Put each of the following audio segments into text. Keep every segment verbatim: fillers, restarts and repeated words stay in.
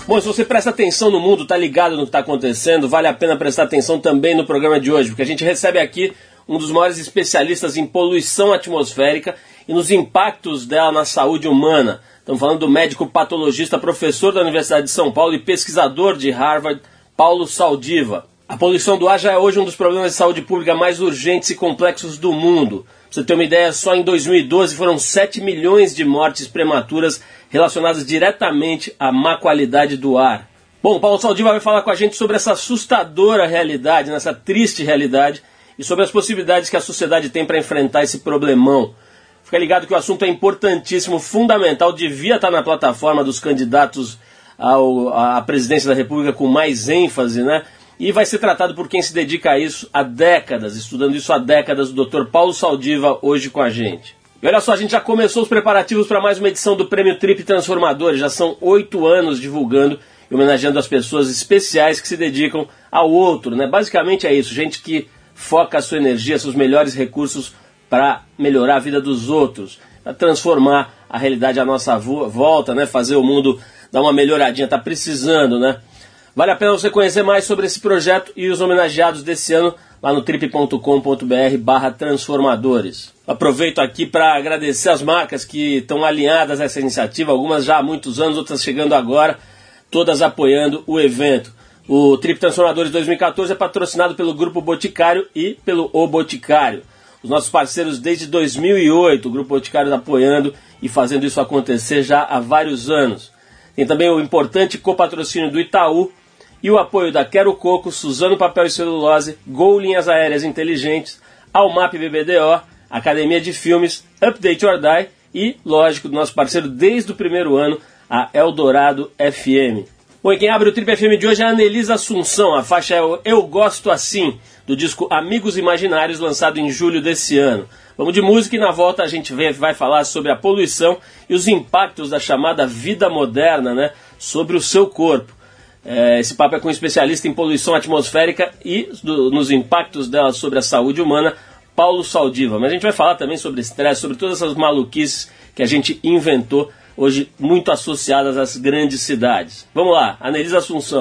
Bom, se você presta atenção no mundo, tá ligado no que está acontecendo, vale a pena prestar atenção também no programa de hoje, porque a gente recebe aqui um dos maiores especialistas em poluição atmosférica e nos impactos dela na saúde humana. Estamos falando do médico patologista, professor da Universidade de São Paulo e pesquisador de Harvard, Paulo Saldiva. A poluição do ar já é hoje um dos problemas de saúde pública mais urgentes e complexos do mundo. Pra você ter uma ideia, só em dois mil e doze foram sete milhões de mortes prematuras relacionadas diretamente à má qualidade do ar. Bom, o Paulo Saldiva vai falar com a gente sobre essa assustadora realidade, nessa triste realidade, e sobre as possibilidades que a sociedade tem para enfrentar esse problemão. Fica ligado que o assunto é importantíssimo, fundamental, devia estar na plataforma dos candidatos ao, à presidência da República com mais ênfase, né? E vai ser tratado por quem se dedica a isso há décadas, estudando isso há décadas, o doutor Paulo Saldiva, hoje com a gente. E olha só, a gente já começou os preparativos para mais uma edição do Prêmio Trip Transformadores. Já são oito anos divulgando e homenageando as pessoas especiais que se dedicam ao outro, né? Basicamente é isso, gente que foca a sua energia, seus melhores recursos para melhorar a vida dos outros, para transformar a realidade à nossa volta, né? Fazer o mundo dar uma melhoradinha, tá precisando, né? Vale a pena você conhecer mais sobre esse projeto e os homenageados desse ano lá no trip ponto com ponto br barra transformadores. Aproveito aqui para agradecer as marcas que estão alinhadas a essa iniciativa, algumas já há muitos anos, outras chegando agora, todas apoiando o evento. O Trip Transformadores dois mil e catorze é patrocinado pelo Grupo Boticário e pelo O Boticário. Os nossos parceiros desde dois mil e oito, o Grupo Boticário apoiando e fazendo isso acontecer já há vários anos. Tem também o importante copatrocínio do Itaú, e o apoio da Quero Coco, Suzano Papel e Celulose, Gol Linhas Aéreas Inteligentes, Almap B B D O, Academia de Filmes, Update or Die e, lógico, do nosso parceiro desde o primeiro ano, a Eldorado F M. Bom, e quem abre o Trip F M de hoje é a Anelisa Assunção, a faixa é o Eu Gosto Assim, do disco Amigos Imaginários, lançado em julho desse ano. Vamos de música e na volta a gente vai falar sobre a poluição e os impactos da chamada vida moderna, né, sobre o seu corpo. É, esse papo é com um especialista em poluição atmosférica e do, nos impactos dela sobre a saúde humana, Paulo Saldiva. Mas a gente vai falar também sobre estresse, sobre todas essas maluquices que a gente inventou, hoje muito associadas às grandes cidades. Vamos lá, Anelisa Assunção.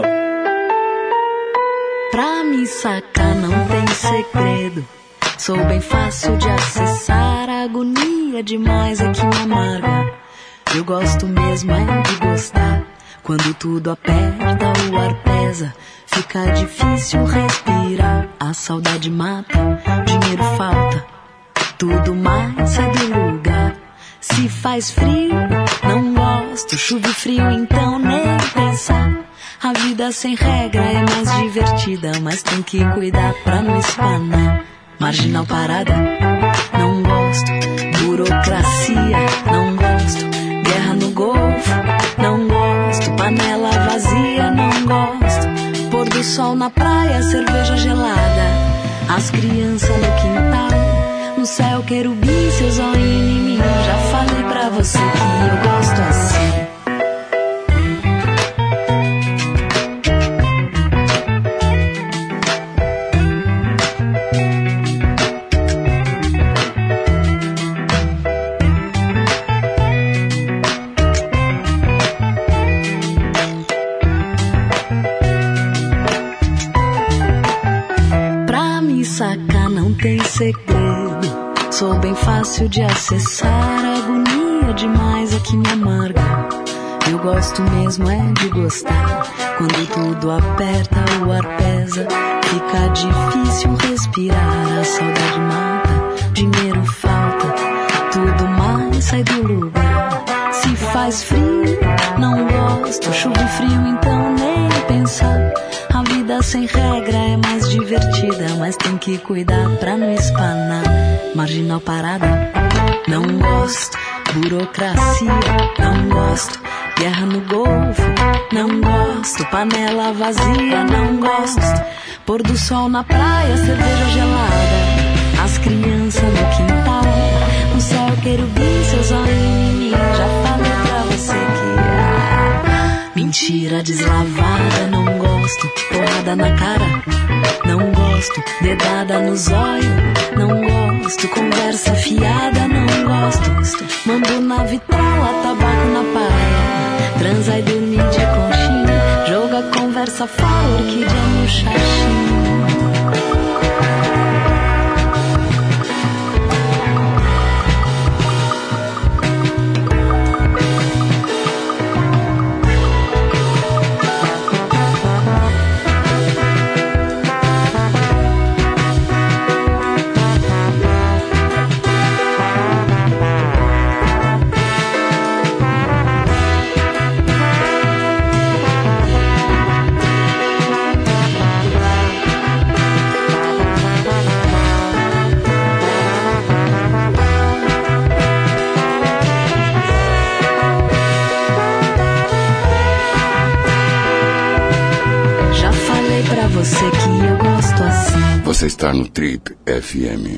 Pra me sacar não tem segredo, sou bem fácil de acessar, a agonia demais é que me amarga. Eu gosto mesmo é de gostar. Quando tudo aperta, o ar pesa, fica difícil respirar. A saudade mata, dinheiro falta, tudo mais sai do lugar. Se faz frio, não gosto, chuva e frio, então nem pensar. A vida sem regra é mais divertida, mas tem que cuidar pra não espanar. Marginal parada, não gosto. Burocracia, não gosto. Guerra no Golfo, não gosto. Panela vazia, não gosto. Pôr do sol na praia, cerveja gelada. As crianças no quintal, no céu querubim, seus olhos em mim. Já falei pra você que eu gosto assim. Tem segredo, sou bem fácil de acessar, a agonia demais é que me amarga. Eu gosto mesmo é de gostar, quando tudo aperta, o ar pesa, fica difícil respirar. A saudade mata, dinheiro falta, tudo mais sai do lugar. Se faz frio, não gosto, chuva e frio, então nem pensar. A vida sem regra é mais divertida, mas tem que cuidar pra não espanar. Marginal parada, não gosto. Burocracia, não gosto. Guerra no Golfo, não gosto. Panela vazia, não gosto. Pôr do sol na praia, cerveja gelada. As crianças no quintal, no céu querubim, seus olhos em mim. Já falei pra você que ah, mentira deslavada, não gosto. Porrada na cara, não gosto. Dedada nos olhos, não gosto. Conversa fiada, não gosto. Mambo na vitrola, tabaco na praia. Transa e dormir de conchinha, conversa fora, orquídea no xaxim. Você que eu gosto assim. Você está no Trip F M.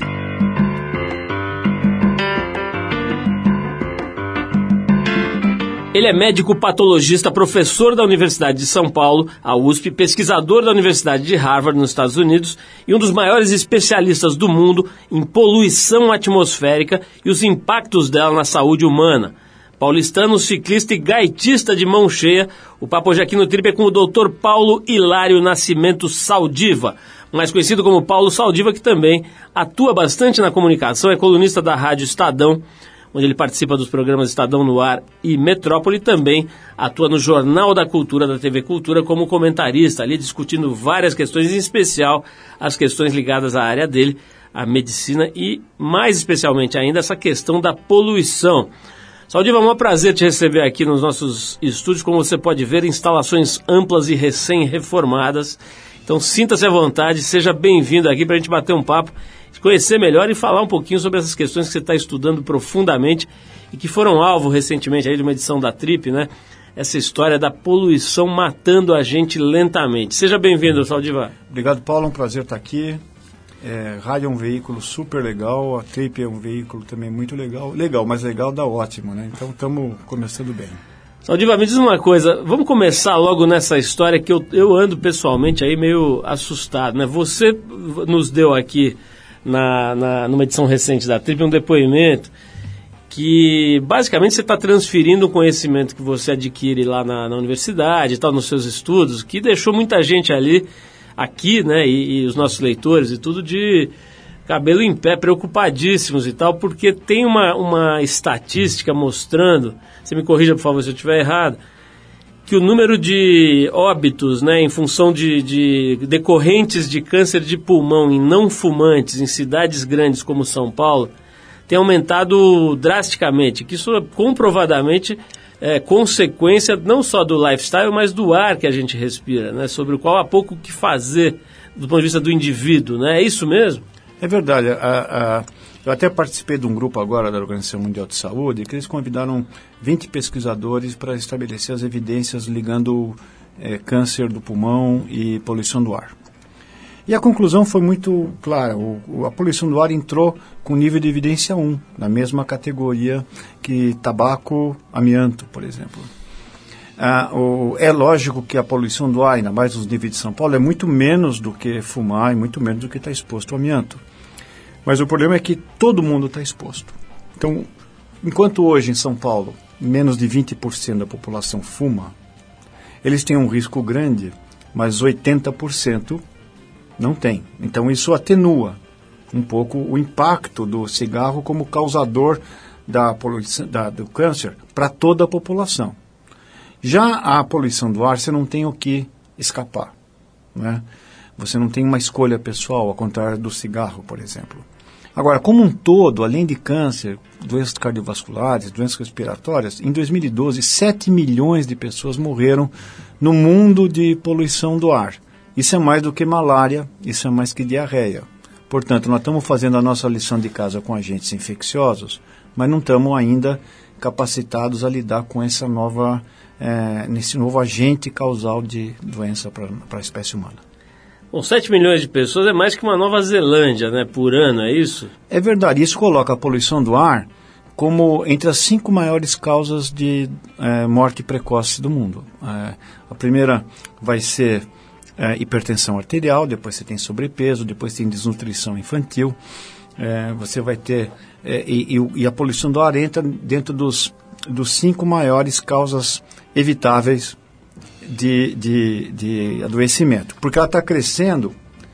Ele é médico patologista, professor da Universidade de São Paulo, a U S P, pesquisador da Universidade de Harvard, nos Estados Unidos, e um dos maiores especialistas do mundo em poluição atmosférica e os impactos dela na saúde humana. Paulistano, ciclista e gaitista de mão cheia, o papo hoje aqui no Trip é com o doutor Paulo Hilário Nascimento Saldiva, mais conhecido como Paulo Saldiva, que também atua bastante na comunicação, é colunista da Rádio Estadão, onde ele participa dos programas Estadão no Ar e Metrópole, e também atua no Jornal da Cultura da T V Cultura como comentarista, ali discutindo várias questões, em especial as questões ligadas à área dele, a medicina e, mais especialmente ainda, essa questão da poluição. Saldiva, é um prazer te receber aqui nos nossos estúdios. Como você pode ver, instalações amplas e recém-reformadas. Então sinta-se à vontade, seja bem-vindo aqui para a gente bater um papo, conhecer melhor e falar um pouquinho sobre essas questões que você está estudando profundamente e que foram alvo recentemente aí de uma edição da Trip, né? Essa história da poluição matando a gente lentamente. Seja bem-vindo, Saldiva. Obrigado, Paulo. É um prazer estar aqui. É, rádio é um veículo super legal, a Trip é um veículo também muito legal. Legal, mas legal dá ótimo, né? Então estamos começando bem. Saldiva, me diz uma coisa, vamos começar logo nessa história que eu, eu ando pessoalmente aí meio assustado, né? Você nos deu aqui, na, na, numa edição recente da Trip, um depoimento que basicamente você está transferindo o conhecimento que você adquire lá na, na universidade e tal, nos seus estudos, que deixou muita gente ali, aqui, né, e, e os nossos leitores e tudo, de cabelo em pé, preocupadíssimos e tal, porque tem uma, uma estatística mostrando, você me corrija por favor se eu estiver errado, que o número de óbitos, né, em função de, de decorrentes de câncer de pulmão em não fumantes em cidades grandes como São Paulo tem aumentado drasticamente, que isso comprovadamente é consequência não só do lifestyle, mas do ar que a gente respira, né, sobre o qual há pouco o que fazer do ponto de vista do indivíduo, né? É isso mesmo? É verdade. A, a, eu até participei de um grupo agora da Organização Mundial de Saúde, que eles convidaram vinte pesquisadores para estabelecer as evidências ligando é, câncer do pulmão e poluição do ar. E a conclusão foi muito clara. O, o, a poluição do ar entrou com nível de evidência um, na mesma categoria que tabaco, amianto, por exemplo. Ah, o, é lógico que a poluição do ar, ainda mais nos níveis de São Paulo, é muito menos do que fumar e muito menos do que estar exposto ao amianto. Mas o problema é que todo mundo está exposto. Então, enquanto hoje em São Paulo menos de vinte por cento da população fuma, eles têm um risco grande, mas oitenta por cento não tem. Então isso atenua um pouco o impacto do cigarro como causador da poluição, da, do câncer para toda a população. Já a poluição do ar, você não tem o que escapar, né? Você não tem uma escolha pessoal, ao contrário do cigarro, por exemplo. Agora, como um todo, além de câncer, doenças cardiovasculares, doenças respiratórias, em dois mil e doze, sete milhões de pessoas morreram no mundo de poluição do ar. Isso é mais do que malária, isso é mais que diarreia. Portanto, nós estamos fazendo a nossa lição de casa com agentes infecciosos, mas não estamos ainda capacitados a lidar com essa nova, é, nesse novo agente causal de doença para a espécie humana. Bom, sete milhões de pessoas é mais que uma Nova Zelândia, né, por ano, é isso? É verdade, isso coloca a poluição do ar como entre as cinco maiores causas de é, morte precoce do mundo. É, a primeira vai ser É, hipertensão arterial, depois você tem sobrepeso, depois tem desnutrição infantil, é, você vai ter, é, e, e a poluição do ar entra dentro dos, dos cinco maiores causas evitáveis de, de, de adoecimento, porque ela está crescendo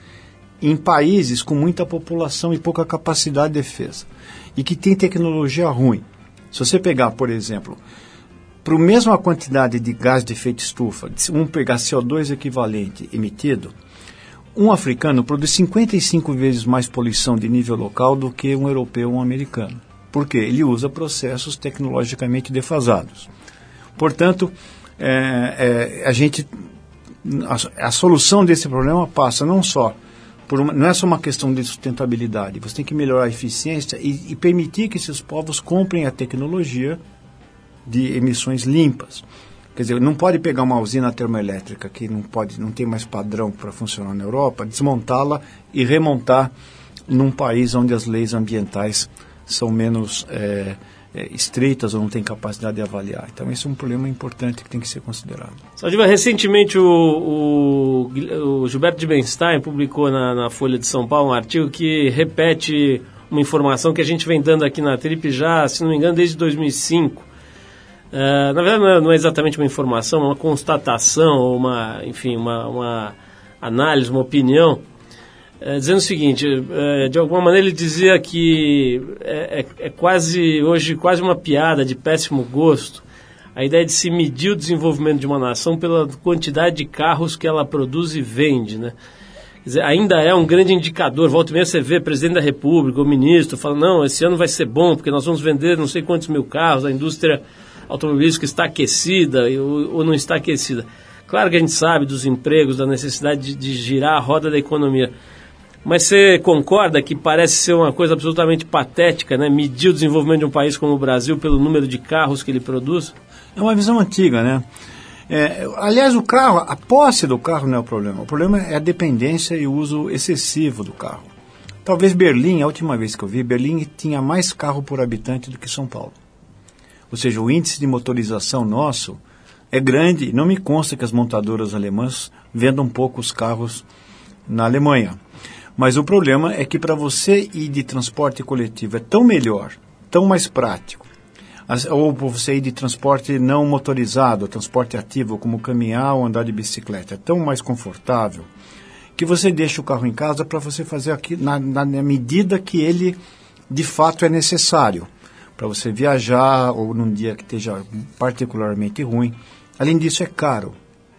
em países com muita população e pouca capacidade de defesa, e que tem tecnologia ruim. Se você pegar, por exemplo, para a mesma quantidade de gás de efeito estufa, vamos pegar C O dois equivalente emitido, um africano produz cinquenta e cinco vezes mais poluição de nível local do que um europeu ou um americano. Por quê? Ele usa processos tecnologicamente defasados. Portanto, é, é, a, gente, a, a solução desse problema passa não só por uma, não é só uma questão de sustentabilidade, você tem que melhorar a eficiência e, e permitir que esses povos comprem a tecnologia de emissões limpas. Quer dizer, não pode pegar uma usina termoelétrica que não, pode, não tem mais padrão para funcionar na Europa, desmontá-la e remontar num país onde as leis ambientais são menos é, é, estreitas ou não tem capacidade de avaliar. Então, esse é um problema importante que tem que ser considerado. Saldiva, recentemente o, o, o Gilberto de Benstein publicou na, na Folha de São Paulo um artigo que repete uma informação que a gente vem dando aqui na Trip já, se não me engano, desde dois mil e cinco. Uh, na verdade não é, não é exatamente uma informação, é uma constatação, ou uma, enfim, uma, uma análise, uma opinião, uh, dizendo o seguinte, uh, de alguma maneira ele dizia que é, é, é quase, hoje, quase uma piada de péssimo gosto a ideia de se medir o desenvolvimento de uma nação pela quantidade de carros que ela produz e vende, né? Quer dizer, ainda é um grande indicador. Volta e meia você vê presidente da República, o ministro, fala, não, esse ano vai ser bom, porque nós vamos vender não sei quantos mil carros, a indústria automobilística está aquecida ou, ou não está aquecida. Claro que a gente sabe dos empregos, da necessidade de, de girar a roda da economia, mas você concorda que parece ser uma coisa absolutamente patética, né? Medir o desenvolvimento de um país como o Brasil pelo número de carros que ele produz? É uma visão antiga, né? É, aliás, o carro, a posse do carro não é o problema. O problema é a dependência e o uso excessivo do carro. Talvez Berlim, a última vez que eu vi, Berlim tinha mais carro por habitante do que São Paulo. Ou seja, o índice de motorização nosso é grande e não me consta que as montadoras alemãs vendam poucos carros na Alemanha. Mas o problema é que para você ir de transporte coletivo é tão melhor, tão mais prático, ou para você ir de transporte não motorizado, transporte ativo, como caminhar ou andar de bicicleta, é tão mais confortável, que você deixa o carro em casa para você fazer aquilo na, na medida que ele de fato é necessário, para você viajar ou num dia que esteja particularmente ruim. Além disso, é caro.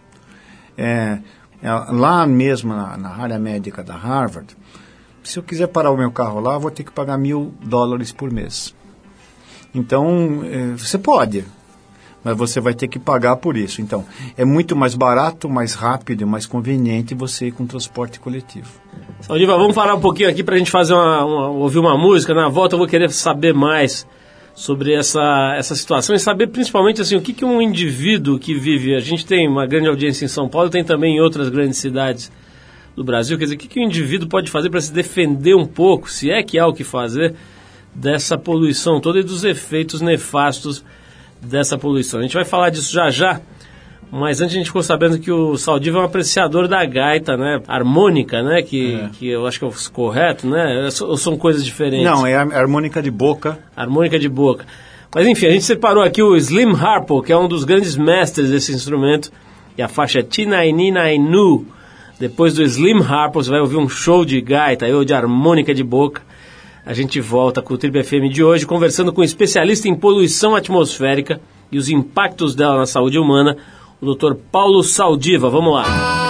É, é, lá mesmo na, na área médica da Harvard, se eu quiser parar o meu carro lá, eu vou ter que pagar mil dólares por mês. Então, é, você pode, mas você vai ter que pagar por isso. Então, é muito mais barato, mais rápido e mais conveniente você ir com transporte coletivo. Saldiva, vamos parar um pouquinho aqui para a gente fazer uma, uma, ouvir uma música. Na volta eu vou querer saber mais sobre essa, essa situação e saber principalmente assim, o que, que um indivíduo que vive, a gente tem uma grande audiência em São Paulo, tem também em outras grandes cidades do Brasil, quer dizer, o que, que o indivíduo pode fazer para se defender um pouco, se é que há o que fazer, dessa poluição toda e dos efeitos nefastos dessa poluição. A gente vai falar disso já já, mas antes a gente ficou sabendo que o Saldiva é um apreciador da gaita, né, harmônica, né, que, é. que eu acho que é o correto, né, ou são coisas diferentes? Não, é a harmônica de boca. Harmônica de boca. Mas enfim, a gente separou aqui o Slim Harpo, que é um dos grandes mestres desse instrumento, e a faixa Tina Nina Nu. Depois do Slim Harpo, você vai ouvir um show de gaita, ou de harmônica de boca. A gente volta com o Trip F M de hoje, conversando com um especialista em poluição atmosférica e os impactos dela na saúde humana, o doutor Paulo Saldiva. Vamos lá.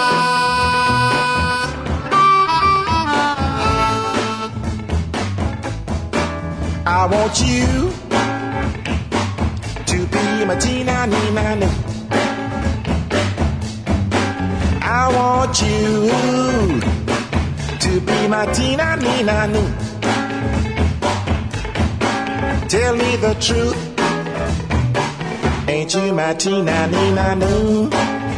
I want you to be my Tina Nina Nu. I want you to be my Tina Nina Nu. Tell me the truth, ain't you my Tina Nina Nu?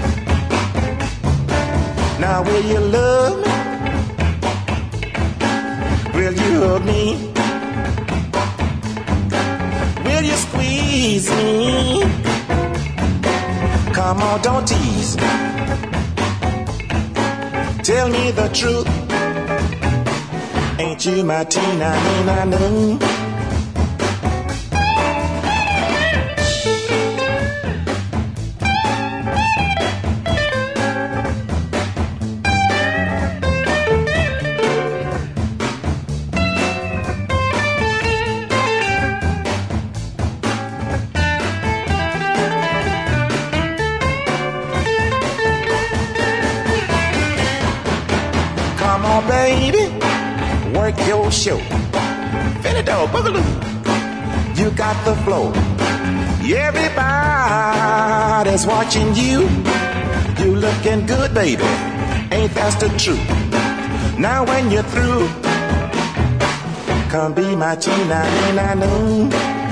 Now will you love me? Will you hold me? Will you squeeze me? Come on, don't tease me. Tell me the truth, ain't you my Tina Nina Nu? lady, work your show. Finito, boogaloo, you got the flow. Everybody's watching you. You looking good, baby. Ain't that the truth? Now when you're through, come be my Tina, and I know.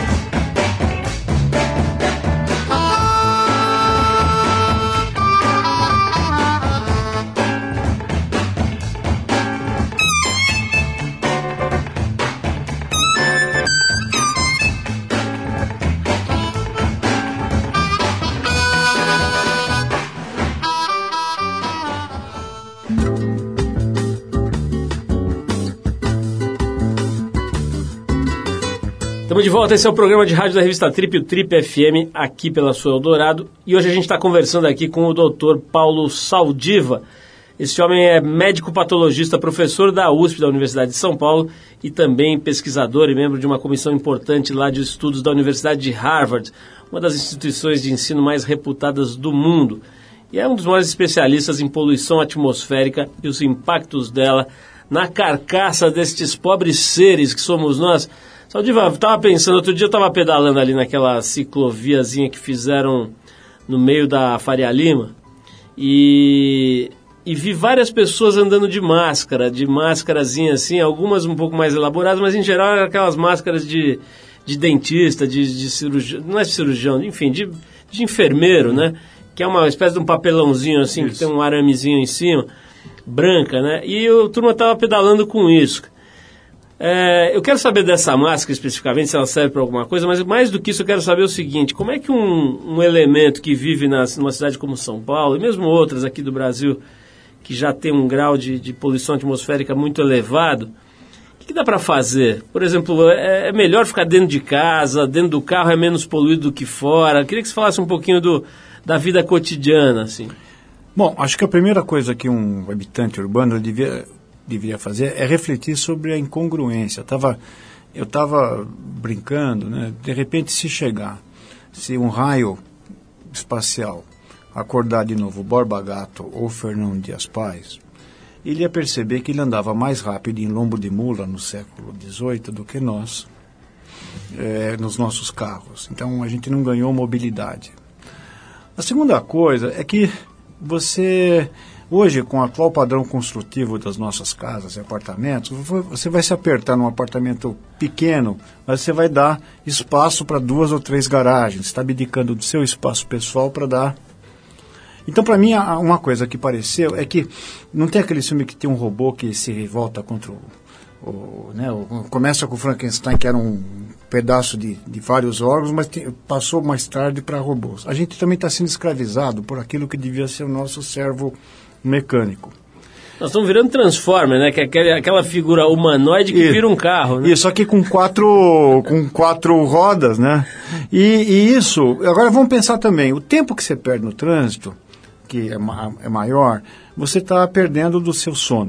Estamos de volta, esse é o programa de rádio da revista Trip, o Trip F M, aqui pela sua Eldorado. E hoje a gente está conversando aqui com o doutor Paulo Saldiva. Esse homem é médico patologista, professor da U S P, da Universidade de São Paulo, e também pesquisador e membro de uma comissão importante lá de estudos da Universidade de Harvard, uma das instituições de ensino mais reputadas do mundo. E é um dos maiores especialistas em poluição atmosférica e os impactos dela na carcaça destes pobres seres que somos nós. Saldiva, eu estava pensando, outro dia eu estava pedalando ali naquela cicloviazinha que fizeram no meio da Faria Lima e, e vi várias pessoas andando de máscara, de máscarazinha assim, algumas um pouco mais elaboradas, mas em geral eram aquelas máscaras de, de dentista, de, de cirurgião, não é cirurgião, enfim, de, de enfermeiro, né? Que é uma espécie de um papelãozinho assim, isso, que tem um aramezinho em cima, branca, né? E a turma estava pedalando com isso. É, eu quero saber dessa máscara especificamente, se ela serve para alguma coisa, mas mais do que isso eu quero saber o seguinte: como é que um, um elemento que vive nas, numa cidade como São Paulo, e mesmo outras aqui do Brasil, que já tem um grau de, de poluição atmosférica muito elevado, o que, que dá para fazer? Por exemplo, é, é melhor ficar dentro de casa, dentro do carro é menos poluído do que fora? Eu queria que você falasse um pouquinho do, da vida cotidiana, assim. Bom, acho que a primeira coisa que um habitante urbano devia... deveria fazer é refletir sobre a incongruência. Eu estava eu tava brincando, né? De repente, se chegar, se um raio espacial acordar de novo Borba Gato ou Fernão Dias Paz, ele ia perceber que ele andava mais rápido em lombo de mula no século dezoito do que nós, é, nos nossos carros. Então, a gente não ganhou mobilidade. A segunda coisa é que você... Hoje, com o atual padrão construtivo das nossas casas e apartamentos, você vai se apertar num apartamento pequeno, mas você vai dar espaço para duas ou três garagens, está abdicando do seu espaço pessoal para dar. Então, para mim, uma coisa que pareceu é que não tem aquele filme que tem um robô que se revolta contra o... o, né, o começa com o Frankenstein, que era um pedaço de, de vários órgãos, mas tem, passou mais tarde para robôs. A gente também está sendo escravizado por aquilo que devia ser o nosso servo mecânico. Nós estamos virando Transformer, né? Que é aquela, aquela figura humanoide que e, vira um carro, né? Isso, aqui com quatro, com quatro rodas, né? E, e isso, agora vamos pensar também, o tempo que você perde no trânsito, que é, ma, é maior, você está perdendo do seu sono,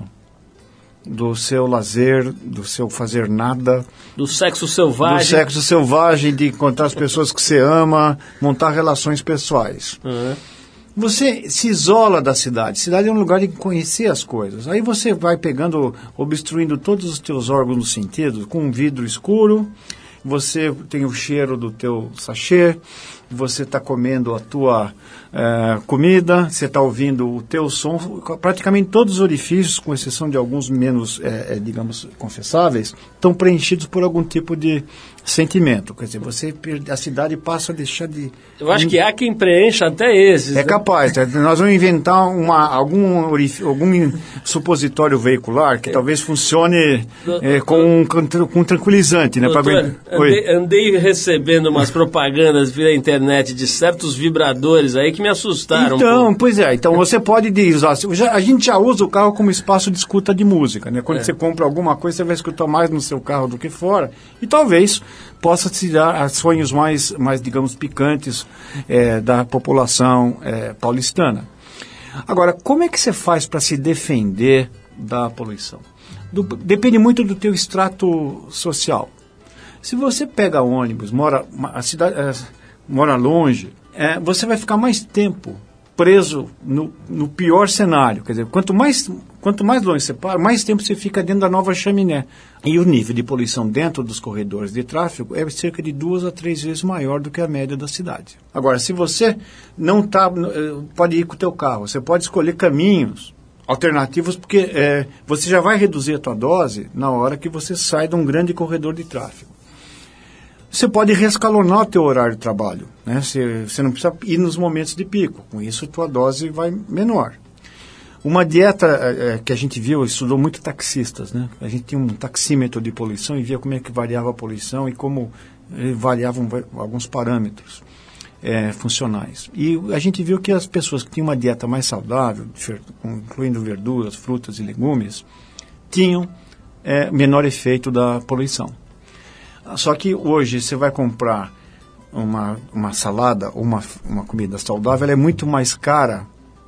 do seu lazer, do seu fazer nada. Do sexo selvagem. Do sexo selvagem, de encontrar as pessoas que você ama, montar relações pessoais. Uhum. Você se isola da cidade. Cidade é um lugar de conhecer as coisas. Aí você vai pegando, obstruindo todos os teus órgãos dos sentidos com um vidro escuro. Você tem o cheiro do teu sachê. Você está comendo a tua eh, comida. Você está ouvindo o teu som. Praticamente todos os orifícios, com exceção de alguns menos, eh, eh, digamos, confessáveis, estão preenchidos por algum tipo de sentimento. Quer dizer, você, a cidade passa a deixar de... Eu acho que há quem preencha até esses. É, né? Capaz. É, nós vamos inventar uma, algum, algum supositório veicular que talvez funcione é, com, um, com um tranquilizante. Né, doutor, pra... andei, andei recebendo umas propagandas via internet de certos vibradores aí que me assustaram. Então, um pois é. Então você pode usar... Já, a gente já usa o carro como espaço de escuta de música. Né? Quando é. você compra alguma coisa, você vai escutar mais no seu carro do que fora. E talvez possa te dar sonhos mais, mais digamos, picantes é, da população é, paulistana. Agora, como é que você faz para se defender da poluição? Do, depende muito do teu extrato social. Se você pega ônibus, mora, a cidade, é, mora longe, é, você vai ficar mais tempo preso no, no pior cenário. Quer dizer, quanto mais, quanto mais longe você para, mais tempo você fica dentro da nova chaminé. E o nível de poluição dentro dos corredores de tráfego é cerca de duas a três vezes maior do que a média da cidade. Agora, se você não tá, pode ir com o teu carro, você pode escolher caminhos alternativos, porque é, você já vai reduzir a tua dose na hora que você sai de um grande corredor de tráfego. Você pode reescalonar o teu horário de trabalho, né? Você, você não precisa ir nos momentos de pico, com isso a tua dose vai menor. Uma dieta é, que a gente viu, estudou muito taxistas, né? A gente tinha um taxímetro de poluição e via como é que variava a poluição e como eh, variavam alguns parâmetros é, funcionais. E a gente viu que as pessoas que tinham uma dieta mais saudável, incluindo verduras, frutas e legumes, tinham é, menor efeito da poluição. Só que hoje você vai comprar uma, uma salada ou uma, uma comida saudável, ela é muito mais cara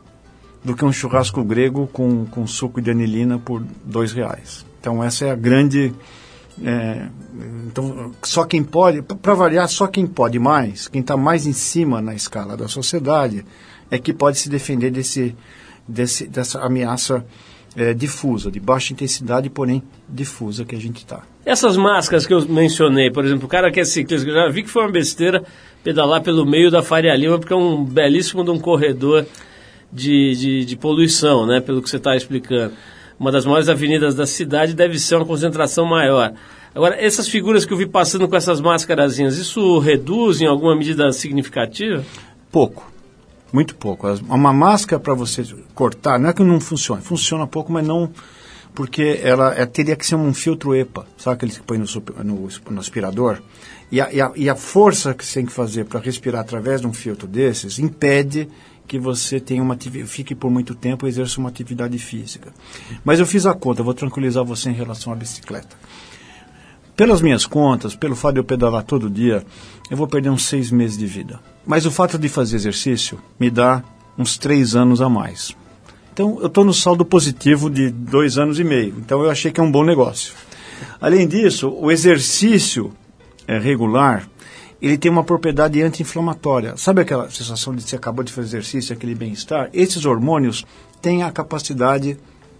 do que um churrasco grego com, com suco de anilina por dois reais. Então essa é a grande... É, então, só quem pode, para variar, só quem pode mais, quem está mais em cima na escala da sociedade, é que pode se defender desse, desse, dessa ameaça é, difusa, de baixa intensidade, porém difusa que a gente está. Essas máscaras que eu mencionei, por exemplo, o cara que é ciclista, eu já vi que foi uma besteira pedalar pelo meio da Faria Lima, porque é um belíssimo de um corredor de, de, de poluição, né, pelo que você está explicando. Uma das maiores avenidas da cidade deve ser uma concentração maior. Agora, essas figuras que eu vi passando com essas máscarazinhas, isso reduz em alguma medida significativa? Pouco, muito pouco. Uma máscara para você cortar, não é que não funcione, funciona pouco, mas não... porque ela é, teria que ser um filtro EPA, sabe aquele que põe no, no, no aspirador? E a, e, a, e a força que você tem que fazer para respirar através de um filtro desses impede que você tenha uma fique por muito tempo e exerça uma atividade física. Mas eu fiz a conta, eu vou tranquilizar você em relação à bicicleta. Pelas minhas contas, pelo fato de eu pedalar todo dia, eu vou perder uns seis meses de vida. Mas o fato de fazer exercício me dá uns três anos a mais. Então, eu estou no saldo positivo de dois anos e meio. Então, eu achei que é um bom negócio. Além disso, o exercício é, regular, ele tem uma propriedade anti-inflamatória. Sabe aquela sensação de que você acabou de fazer exercício, aquele bem-estar? Esses hormônios têm a capacidade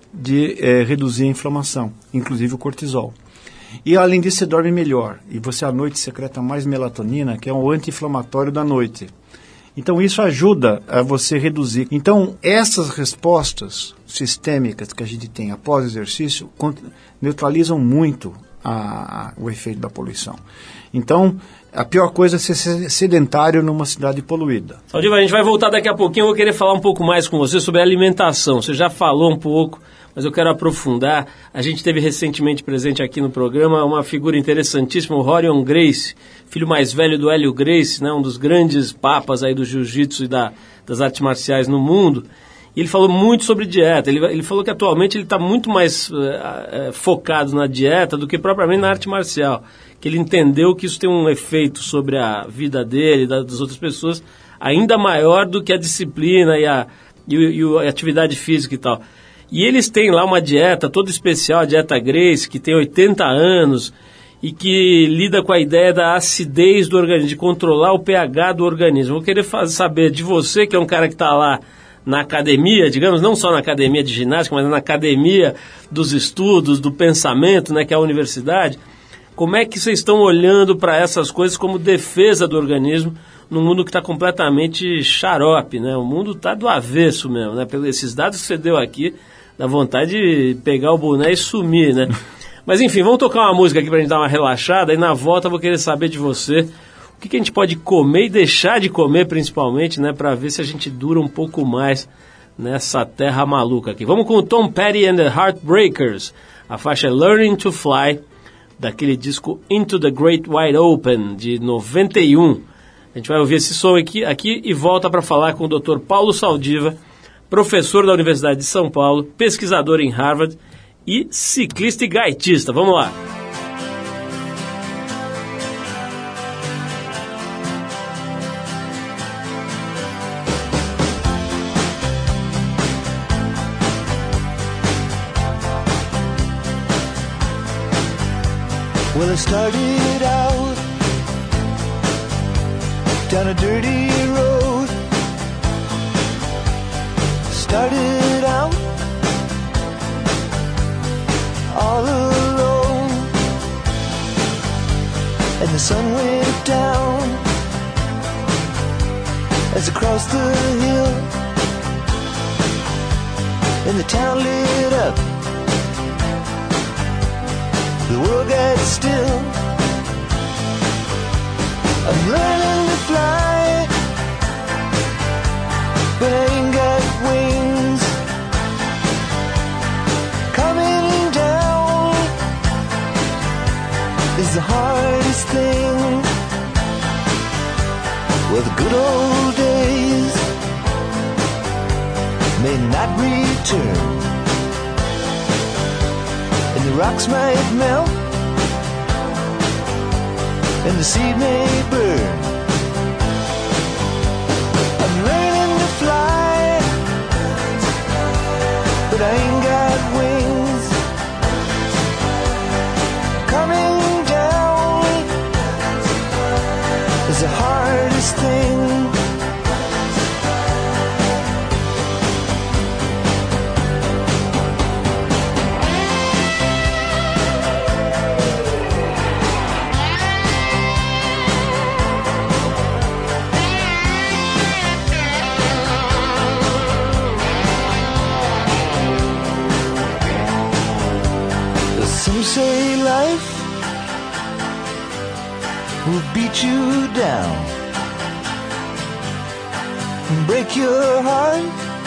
de é, reduzir a inflamação, inclusive o cortisol. E, além disso, você dorme melhor. E você, à noite, secreta mais melatonina, que é o anti-inflamatório da noite. Então, isso ajuda a você reduzir. Então, essas respostas sistêmicas que a gente tem após o exercício neutralizam muito a, a, o efeito da poluição. Então, a pior coisa é ser sedentário numa cidade poluída. Saldiva, a gente vai voltar daqui a pouquinho. Eu vou querer falar um pouco mais com você sobre a alimentação. Você já falou um pouco, mas eu quero aprofundar. A gente teve recentemente presente aqui no programa uma figura interessantíssima, o Rorion Gracie, filho mais velho do Hélio Gracie, né, um dos grandes papas aí do jiu-jitsu e da, das artes marciais no mundo. E ele falou muito sobre dieta. Ele, ele falou que atualmente ele está muito mais uh, uh, focado na dieta do que propriamente na arte marcial. Que ele entendeu que isso tem um efeito sobre a vida dele e das outras pessoas ainda maior do que a disciplina e a, e, e a atividade física e tal. E eles têm lá uma dieta toda especial, a dieta Gracie, que tem oitenta anos e que lida com a ideia da acidez do organismo, de controlar o pH do organismo. Vou querer fazer, saber de você, que é um cara que está lá na academia, digamos, não só na academia de ginástica, mas na academia dos estudos, do pensamento, né, que é a universidade. Como é que vocês estão olhando para essas coisas como defesa do organismo num mundo que está completamente xarope, né? O mundo está do avesso mesmo, né? Pelos esses dados que você deu aqui, dá vontade de pegar o boné e sumir, né? Mas enfim, vamos tocar uma música aqui para a gente dar uma relaxada, e na volta eu vou querer saber de você o que, que a gente pode comer e deixar de comer, principalmente, né? Para ver se a gente dura um pouco mais nessa terra maluca aqui. Vamos com o Tom Petty and the Heartbreakers, a faixa Learning to Fly, daquele disco Into the Great Wide Open, de noventa e um. A gente vai ouvir esse som aqui, aqui e volta para falar com o doutor Paulo Saldiva, professor da Universidade de São Paulo, pesquisador em Harvard e ciclista e gaitista. Vamos lá. Well, I started out down a dirty road, started out all alone, and the sun went down as across the hill, and the town lit up, the world got still. I'm learning to fly, but I ain't got wings. Coming down is the hardest thing. Well, the good old days may not return, and the rocks might melt, and the seed may burn. I'm learning to fly, but I ain't got wings. Coming down is the hardest thing. Some say life will beat you down, break your heart,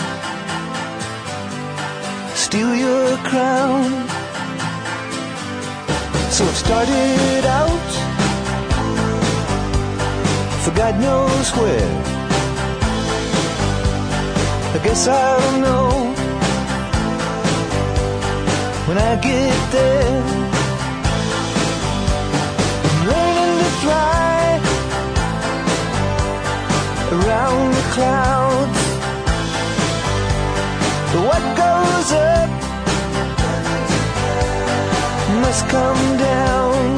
steal your crown. So I've started out for God knows where. I guess I'll know when I get there. I'm learning to fly around the clouds, but what goes up must come down.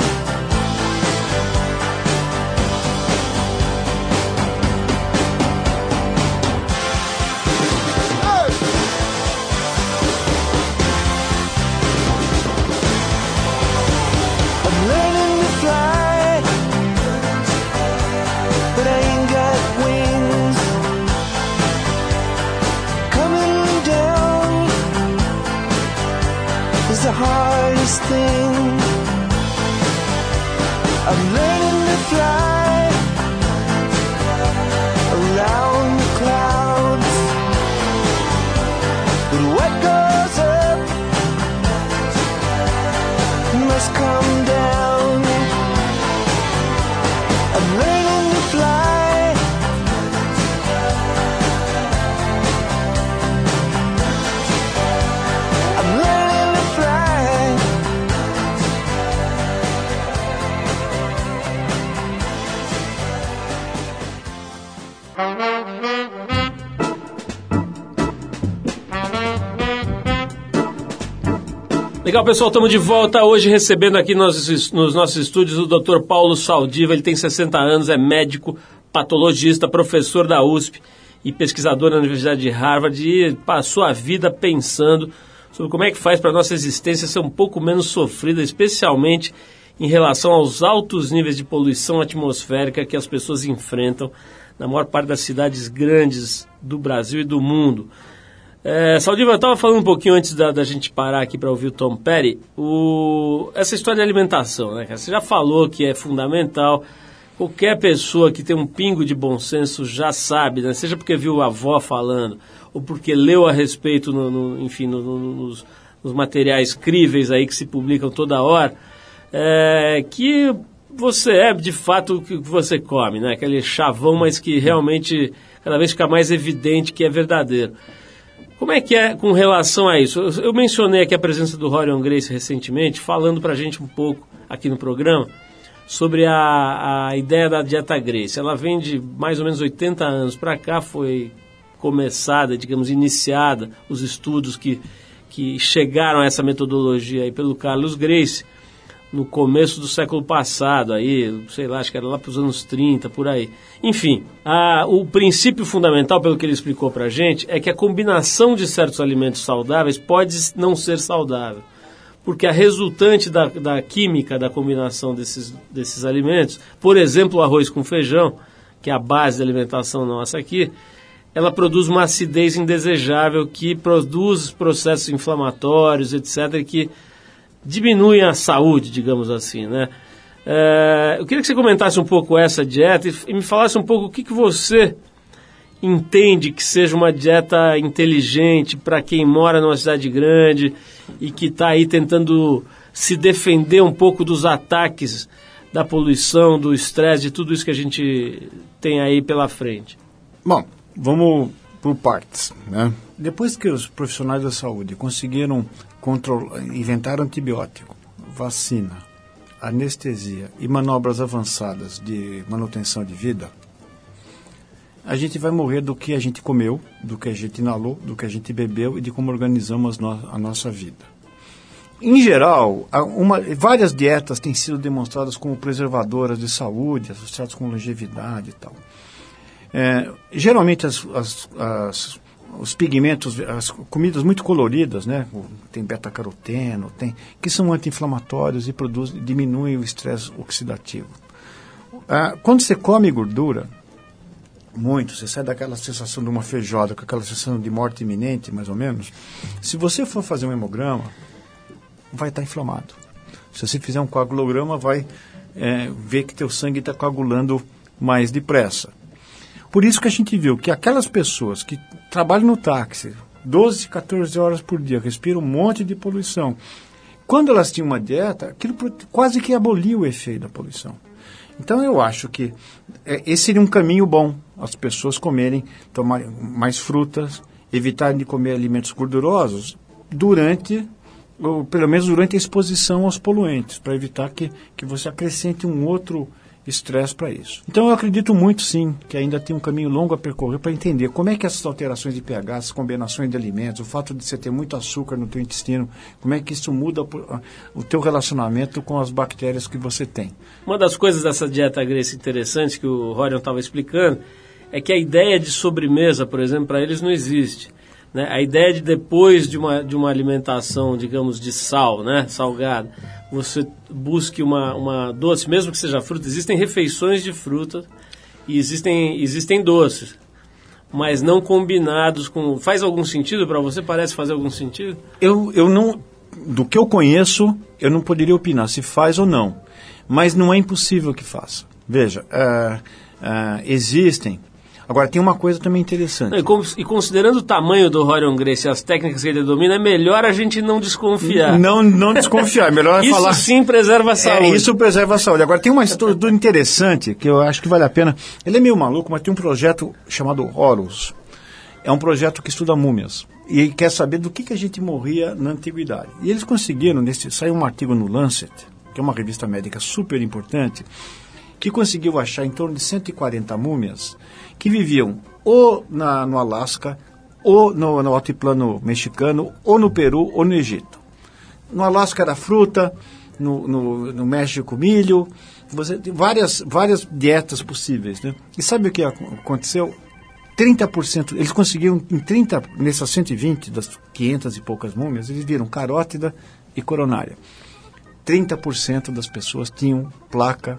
The hardest thing. I'm learning to fly around the clouds, but what goes up must come down. I'm learning to fly. Legal, pessoal, estamos de volta hoje recebendo aqui nos, nos nossos estúdios o doutor Paulo Saldiva. Ele tem sessenta anos, é médico, patologista, professor da U S P e pesquisador na Universidade de Harvard, e passou a vida pensando sobre como é que faz para a nossa existência ser um pouco menos sofrida, especialmente em relação aos altos níveis de poluição atmosférica que as pessoas enfrentam na maior parte das cidades grandes do Brasil e do mundo. É, Saldiva, eu estava falando um pouquinho antes da, da gente parar aqui para ouvir o Tom Petty, o, essa história de alimentação, né, cara? Você já falou que é fundamental, qualquer pessoa que tem um pingo de bom senso já sabe, né? Seja porque viu a avó falando, ou porque leu a respeito, no, no, enfim, no, no, nos, nos materiais críveis aí que se publicam toda hora, é, que você é de fato o que você come, né? Aquele chavão, mas que realmente cada vez fica mais evidente que é verdadeiro. Como é que é com relação a isso? Eu, eu mencionei aqui a presença do Rorion Grace recentemente, falando para a gente um pouco aqui no programa sobre a, a ideia da dieta Grace. Ela vem de mais ou menos oitenta anos para cá, foi começada, digamos, iniciada, os estudos que, que chegaram a essa metodologia aí pelo Carlos Grace, no começo do século passado, aí, sei lá, acho que era lá para os anos trinta, por aí. Enfim, a, o princípio fundamental, pelo que ele explicou para a gente, é que a combinação de certos alimentos saudáveis pode não ser saudável, porque a resultante da, da química da combinação desses, desses alimentos, por exemplo, o arroz com feijão, que é a base da alimentação nossa aqui, ela produz uma acidez indesejável que produz processos inflamatórios, etcétera, que diminuem a saúde, digamos assim, né? É, eu queria que você comentasse um pouco essa dieta e, e me falasse um pouco o que, que você entende que seja uma dieta inteligente para quem mora numa cidade grande e que está aí tentando se defender um pouco dos ataques da poluição, do estresse, de tudo isso que a gente tem aí pela frente. Bom, vamos por partes, né? Depois que os profissionais da saúde conseguiram controlar, inventar antibiótico, vacina, anestesia e manobras avançadas de manutenção de vida, a gente vai morrer do que a gente comeu, do que a gente inalou, do que a gente bebeu e de como organizamos no, a nossa vida. Em geral, uma, várias dietas têm sido demonstradas como preservadoras de saúde, associadas com longevidade e tal. É, geralmente as, as, as, os pigmentos, as comidas muito coloridas, né, tem beta-caroteno, tem, que são anti-inflamatórios e produzem, diminuem o estresse oxidativo. Ah, quando você come gordura, muito, você sai daquela sensação de uma feijoada, com aquela sensação de morte iminente, mais ou menos. Se você for fazer um hemograma, vai estar inflamado. Se você fizer um coagulograma, vai é, ver que teu sangue está coagulando mais depressa. Por isso que a gente viu que aquelas pessoas que trabalham no táxi, doze, catorze horas por dia, respiram um monte de poluição, quando elas tinham uma dieta, aquilo quase que aboliu o efeito da poluição. Então eu acho que é, esse seria um caminho bom, as pessoas comerem, tomarem mais frutas, evitarem de comer alimentos gordurosos durante, ou pelo menos durante a exposição aos poluentes, para evitar que, que você acrescente um outro estresse para isso. Então eu acredito muito sim que ainda tem um caminho longo a percorrer para entender como é que essas alterações de pH, essas combinações de alimentos, o fato de você ter muito açúcar no teu intestino, como é que isso muda o teu relacionamento com as bactérias que você tem. Uma das coisas dessa dieta Grace interessante que o Rorion estava explicando é que a ideia de sobremesa, por exemplo, para eles não existe. Né? A ideia de depois de uma, de uma alimentação, digamos, de sal, né, salgada, você busque uma, uma doce, mesmo que seja fruta. Existem refeições de fruta e existem, existem doces, mas não combinados com... Faz algum sentido para você? Parece fazer algum sentido? Eu, eu não... Do que eu conheço, eu não poderia opinar se faz ou não, mas não é impossível que faça. Veja, uh, uh, existem... Agora, tem uma coisa também interessante. E, com, e considerando o tamanho do Rorion Grace e as técnicas que ele domina, é melhor a gente não desconfiar. Não, não desconfiar, é melhor isso falar... Isso sim preserva a saúde. É, isso preserva a saúde. Agora, tem uma história interessante que eu acho que vale a pena. Ele é meio maluco, mas tem um projeto chamado Horus. É um projeto que estuda múmias. E quer saber do que, que a gente morria na antiguidade. E eles conseguiram, nesse, saiu um artigo no Lancet, que é uma revista médica super importante, que conseguiu achar em torno de cento e quarenta múmias que viviam ou na, no Alasca, ou no, no altiplano mexicano, ou no Peru, ou no Egito. No Alasca era fruta, no, no, no México milho, você tem várias, várias dietas possíveis, né? E sabe o que aconteceu? trinta por cento, eles conseguiram, em trinta, nessas cento e vinte das quinhentas e poucas múmias, eles viram carótida e coronária. trinta por cento das pessoas tinham placa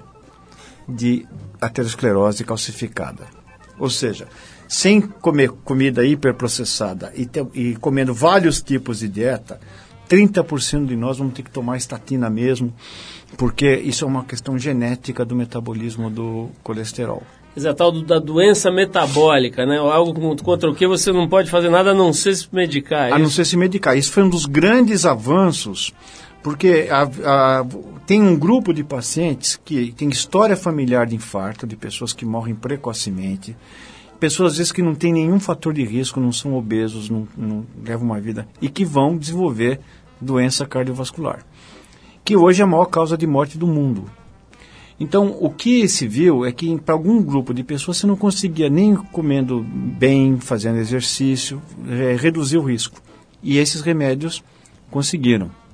de aterosclerose calcificada. Ou seja, sem comer comida hiperprocessada e, te, e comendo vários tipos de dieta, trinta por cento de nós vamos ter que tomar estatina mesmo, porque isso é uma questão genética do metabolismo do colesterol. Isso é a tal do, da doença metabólica, né? Algo contra o que você não pode fazer nada a não ser se medicar. A não ser se medicar. Isso foi um dos grandes avanços, porque a, a, tem um grupo de pacientes que tem história familiar de infarto, de pessoas que morrem precocemente, pessoas às vezes que não têm nenhum fator de risco, não são obesos, não, não levam uma vida, e que vão desenvolver doença cardiovascular, que hoje é a maior causa de morte do mundo. Então, o que se viu é que para algum grupo de pessoas você não conseguia nem comendo bem, fazendo exercício, é, reduzir o risco. E esses remédios conseguiram.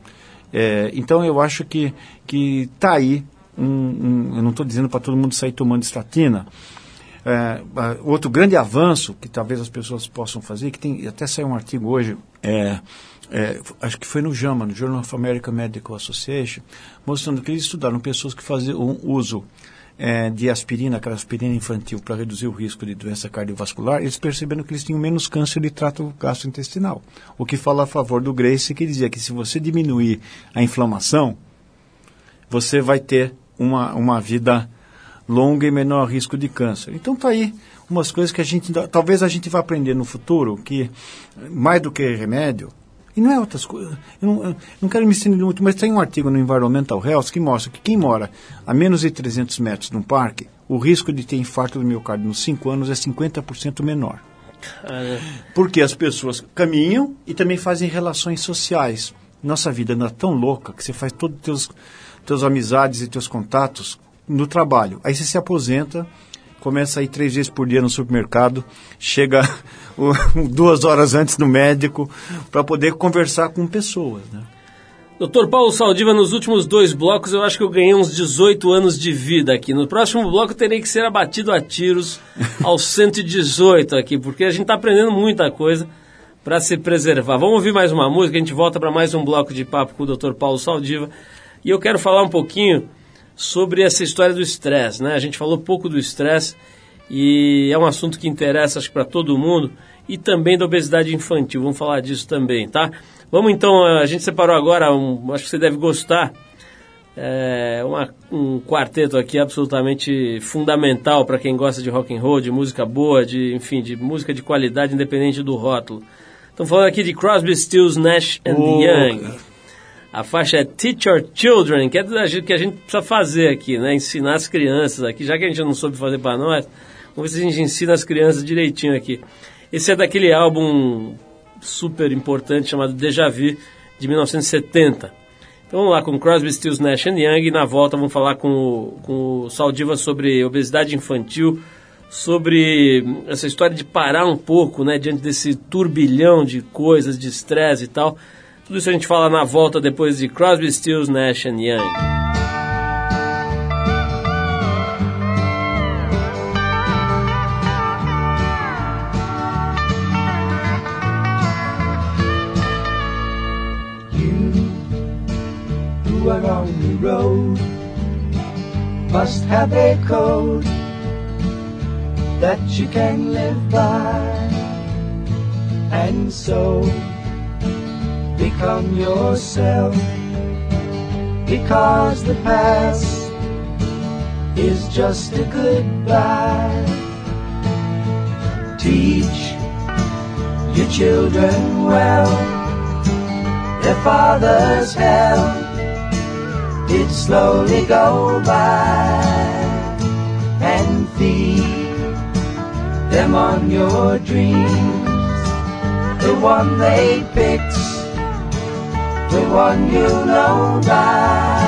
É, então eu acho que que está aí, um, um, eu não estou dizendo para todo mundo sair tomando estatina. É, outro grande avanço que talvez as pessoas possam fazer, que tem, até saiu um artigo hoje, é, é, acho que foi no JAMA, no Journal of American Medical Association, mostrando que eles estudaram pessoas que faziam um uso é, de aspirina, aquela aspirina infantil, para reduzir o risco de doença cardiovascular. Eles perceberam que eles tinham menos câncer de trato gastrointestinal, o que fala a favor do Grace, que dizia que se você diminuir a inflamação, você vai ter uma, uma vida longa e menor risco de câncer. Então está aí umas coisas que a gente, talvez a gente vá aprender no futuro, que mais do que remédio, e não é outras coisas, eu não, eu não quero me estender muito, mas tem um artigo no Environmental Health que mostra que quem mora a menos de trezentos metros de um parque, o risco de ter infarto do miocárdio nos cinco anos é cinquenta por cento menor. Porque as pessoas caminham e também fazem relações sociais. Nossa vida anda tão louca que você faz todos os teus, teus amizades e teus contatos no trabalho. Aí você se aposenta, começa a ir três vezes por dia no supermercado, chega duas horas antes do médico para poder conversar com pessoas, né? doutor Paulo Saldiva, nos últimos dois blocos eu acho que eu ganhei uns dezoito anos de vida aqui. No próximo bloco eu terei que ser abatido a tiros aos cento e dezoito aqui, porque a gente está aprendendo muita coisa para se preservar. Vamos ouvir mais uma música, a gente volta para mais um bloco de papo com o doutor Paulo Saldiva. E eu quero falar um pouquinho sobre essa história do estresse, né? A gente falou pouco do estresse e é um assunto que interessa, acho que para todo mundo, e também da obesidade infantil. Vamos falar disso também, tá? Vamos então, a gente separou agora, um, acho que você deve gostar, é, uma, um quarteto aqui absolutamente fundamental para quem gosta de rock and roll, de música boa, de, enfim, de música de qualidade independente do rótulo. Estamos falando aqui de Crosby, Stills, Nash and oh, Young. A faixa é Teach Your Children, que é o que a gente precisa fazer aqui, né? Ensinar as crianças aqui, já que a gente não soube fazer para nós, vamos ver se a gente ensina as crianças direitinho aqui. Esse é daquele álbum super importante chamado Déjà Vu, de mil novecentos e setenta. Então vamos lá com Crosby, Stills, Nash and Young, e na volta vamos falar com o, com o Saldiva sobre obesidade infantil, sobre essa história de parar um pouco, né, diante desse turbilhão de coisas, de estresse e tal. Tudo isso a gente fala na volta depois de Crosby, Stills, Nash and Young. You are on the road, must have a code that you can live by, and so become yourself, because the past is just a goodbye. Teach your children well, their father's hell did slowly go by, and feed them on your dreams, the one they picked, the one you know by.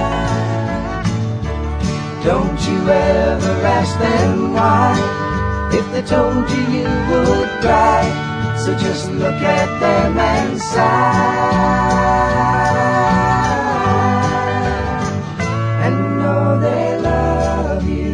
Don't you ever ask them why, if they told you you would cry, so just look at them and sigh. They love you.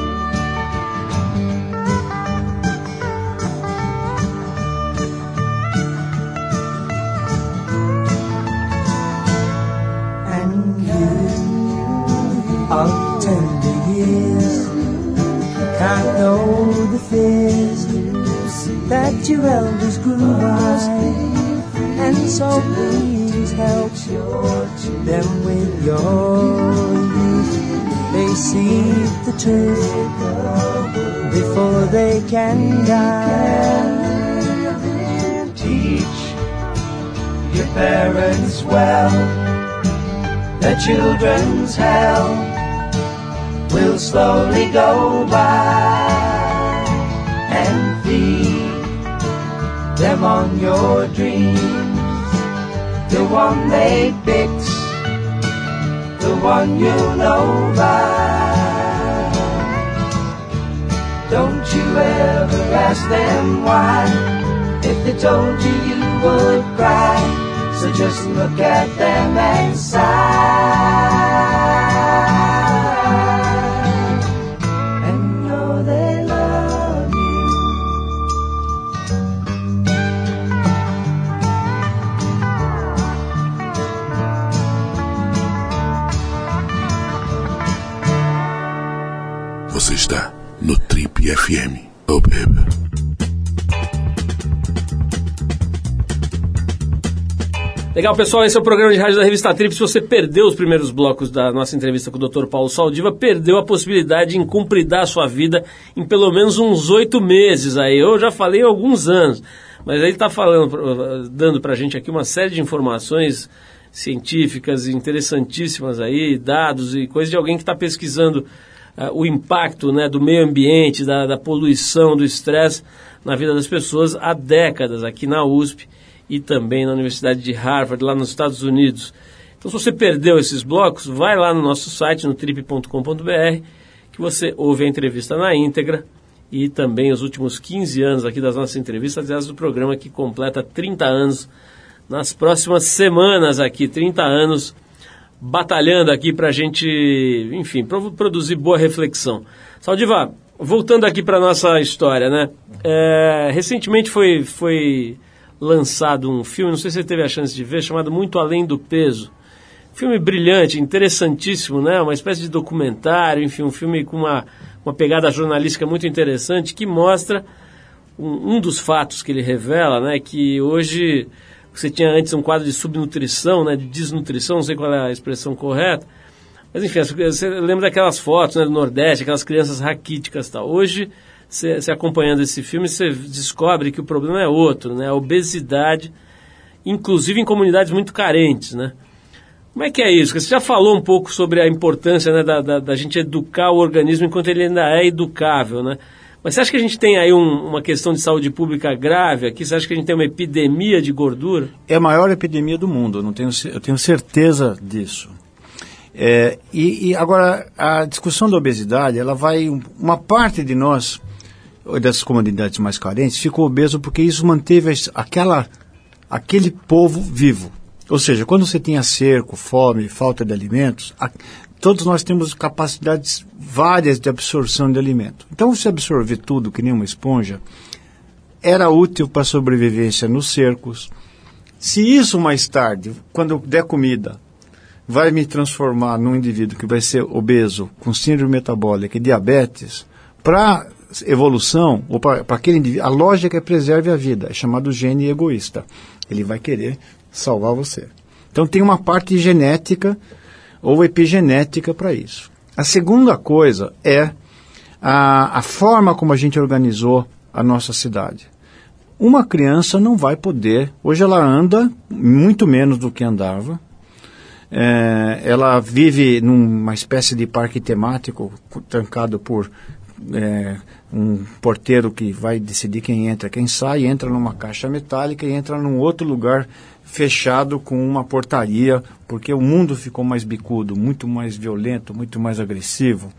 And you of tender years can't know the fears that your elders grew by, and so please help them with your youth. They see the truth before they can die. Teach your parents well, their children's hell will slowly go by, and feed them on your dreams, the one they picked, the one you know by. Don't you ever ask them why, if they told you you would cry, So just look at them and sigh, and know they love you. Você está no Trip F M. Oh, baby. Legal, pessoal, esse é o programa de rádio da Revista Trip. Se você perdeu os primeiros blocos da nossa entrevista com o doutor Paulo Saldiva, perdeu a possibilidade de incumpridar a sua vida em pelo menos uns oito meses aí. Eu já falei há alguns anos, mas aí ele está falando, dando para a gente aqui uma série de informações científicas interessantíssimas aí, dados e coisas de alguém que está pesquisando uh, o impacto, né, do meio ambiente, da, da poluição, do estresse na vida das pessoas há décadas aqui na U S P. E também na Universidade de Harvard, lá nos Estados Unidos. Então, se você perdeu esses blocos, vai lá no nosso site, no trip ponto com ponto b r, que você ouve a entrevista na íntegra e também os últimos quinze anos aqui das nossas entrevistas, aliás, do programa que completa trinta anos nas próximas semanas aqui, trinta anos batalhando aqui para a gente, enfim, pro, produzir boa reflexão. Saldiva, voltando aqui para a nossa história, né? É, recentemente foi... foi lançado um filme, não sei se você teve a chance de ver, chamado Muito Além do Peso. Filme brilhante, interessantíssimo, né? Uma espécie de documentário, enfim, um filme com uma, uma pegada jornalística muito interessante, que mostra um, um dos fatos que ele revela, né? Que hoje você tinha antes um quadro de subnutrição, né? De desnutrição, não sei qual é a expressão correta, mas enfim, você lembra daquelas fotos, né, do Nordeste, aquelas crianças raquíticas e tal. Hoje, você acompanhando esse filme, você descobre que o problema é outro, né? A obesidade, inclusive em comunidades muito carentes, né? Como é que é isso? Você já falou um pouco sobre a importância, né, da, da, da gente educar o organismo enquanto ele ainda é educável, né? Mas você acha que a gente tem aí um, uma questão de saúde pública grave aqui? Você acha que a gente tem uma epidemia de gordura? É a maior epidemia do mundo, eu, não tenho, eu tenho certeza disso. É, e, e agora, a discussão da obesidade, ela vai... Uma parte de nós... das comunidades mais carentes, ficou obeso porque isso manteve aquela, aquele povo vivo. Ou seja, quando você tinha cerco, fome, falta de alimentos, a, todos nós temos capacidades várias de absorção de alimento. Então, se absorver tudo que nem uma esponja, era útil para a sobrevivência nos cercos. Se isso mais tarde, quando eu der comida, vai me transformar num indivíduo que vai ser obeso, com síndrome metabólica e diabetes, para evolução, ou para aquele indivíduo, a lógica é preserve a vida, é chamado gene egoísta. Ele vai querer salvar você. Então tem uma parte genética ou epigenética para isso. A segunda coisa é a, a forma como a gente organizou a nossa cidade. Uma criança não vai poder, hoje ela anda muito menos do que andava, é, ela vive numa espécie de parque temático, trancado por É, um porteiro que vai decidir quem entra, quem sai, entra numa caixa metálica e entra num outro lugar fechado com uma portaria, porque o mundo ficou mais bicudo, muito mais violento, muito mais agressivo.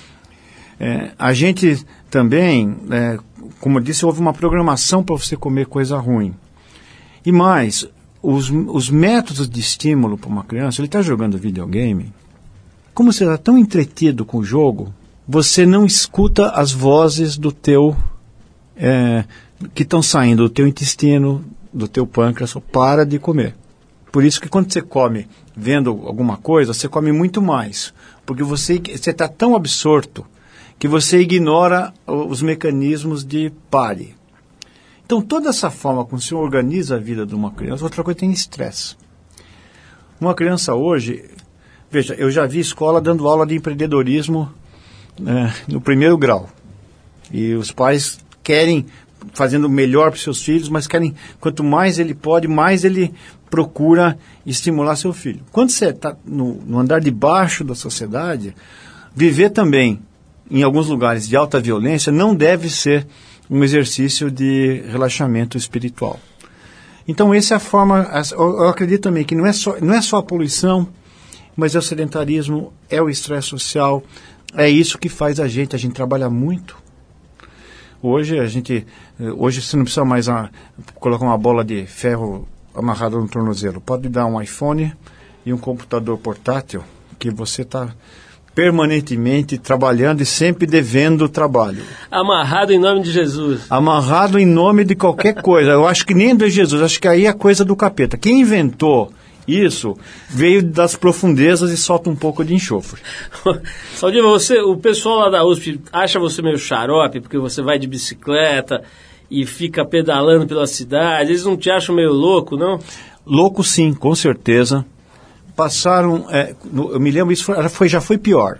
É, a gente também, é, como eu disse, houve uma programação para você comer coisa ruim. E mais, os, os métodos de estímulo para uma criança, ele está jogando videogame, como você está tão entretido com o jogo, você não escuta as vozes do teu, é, que estão saindo do teu intestino, do teu pâncreas, para de comer. Por isso que quando você come vendo alguma coisa, você come muito mais, porque você está tão absorto que você ignora os mecanismos de pare. Então toda essa forma como se organiza a vida de uma criança, outra coisa tem estresse. Uma criança hoje, veja, eu já vi escola dando aula de empreendedorismo É, no primeiro grau, e os pais querem, fazendo o melhor para os seus filhos, mas querem, quanto mais ele pode, mais ele procura estimular seu filho. Quando você está no, no andar de baixo da sociedade, viver também em alguns lugares de alta violência não deve ser um exercício de relaxamento espiritual. Então essa é a forma, eu acredito também que não é só, não é só a poluição, mas é o sedentarismo, é o estresse social. É isso que faz a gente, a gente trabalha muito. Hoje a gente, hoje você não precisa mais a, colocar uma bola de ferro amarrado no tornozelo. Pode dar um iPhone e um computador portátil que você está permanentemente trabalhando e sempre devendo trabalho. Amarrado em nome de Jesus. Amarrado em nome de qualquer coisa. Eu acho que nem de Jesus, acho que aí é coisa do capeta. Quem inventou isso veio das profundezas e solta um pouco de enxofre. Saldiva, você, o pessoal lá da U S P acha você meio xarope porque você vai de bicicleta e fica pedalando pela cidade. Eles não te acham meio louco, não? Louco sim, com certeza. Passaram, é, no, eu me lembro, isso foi, foi, já foi pior.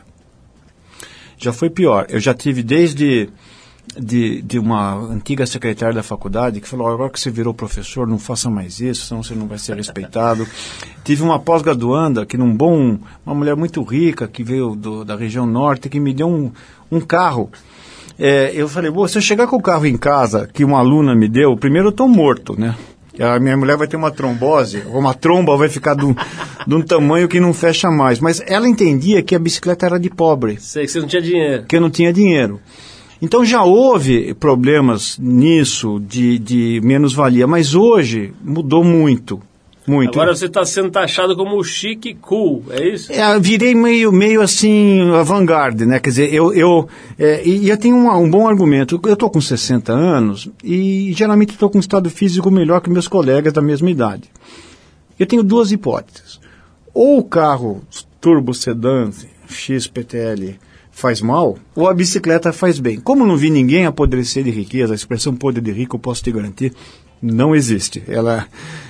Já foi pior. Eu já tive desde de, de uma antiga secretária da faculdade que falou, agora que você virou professor, não faça mais isso, senão você não vai ser respeitado. Tive uma pós-graduanda, que num bom, uma mulher muito rica, que veio do, da região norte, que me deu um, um carro. É, eu falei, se eu chegar com o carro em casa, que uma aluna me deu, primeiro eu estou morto, né? A minha mulher vai ter uma trombose, ou uma tromba vai ficar de um, de um tamanho que não fecha mais. Mas ela entendia que a bicicleta era de pobre. Sei que você não tinha dinheiro. Que eu não tinha dinheiro. Então já houve problemas nisso, de, de menos-valia, mas hoje mudou muito. Muito. Agora você está sendo taxado como chique e cool, é isso? É, virei meio, meio assim, avant-garde, né? Quer dizer, eu, eu, é, e eu tenho um, um bom argumento. Eu estou com sessenta anos e geralmente estou com um estado físico melhor que meus colegas da mesma idade. Eu tenho duas hipóteses. Ou o carro turbo sedã X P T L faz mal, ou a bicicleta faz bem. Como não vi ninguém apodrecer de riqueza, a expressão podre de rico, eu posso te garantir, não existe. Ela...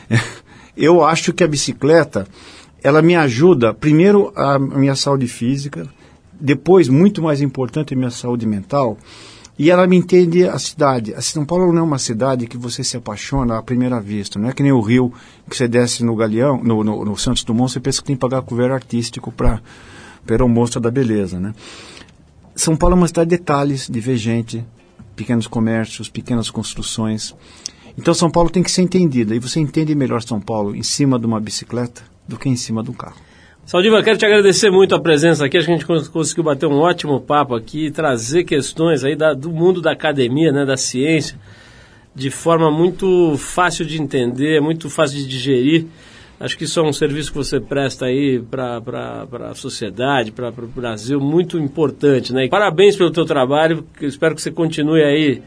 Eu acho que a bicicleta, ela me ajuda, primeiro, a minha saúde física, depois, muito mais importante, a minha saúde mental, e ela me entende a cidade. A São Paulo não é uma cidade que você se apaixona à primeira vista, não é que nem o Rio, que você desce no Galeão, no, no, no Santos Dumont, você pensa que tem que pagar cover artístico para ver o monstro da beleza, né? São Paulo é uma cidade de detalhes, de ver gente, pequenos comércios, pequenas construções. Então São Paulo tem que ser entendida, e você entende melhor São Paulo em cima de uma bicicleta do que em cima de um carro. Saldiva, quero te agradecer muito a presença aqui, acho que a gente conseguiu bater um ótimo papo aqui, trazer questões aí da, do mundo da academia, né, da ciência, de forma muito fácil de entender, muito fácil de digerir. Acho que isso é um serviço que você presta aí para a sociedade, para o Brasil, muito importante, né? E parabéns pelo teu trabalho, espero que você continue aí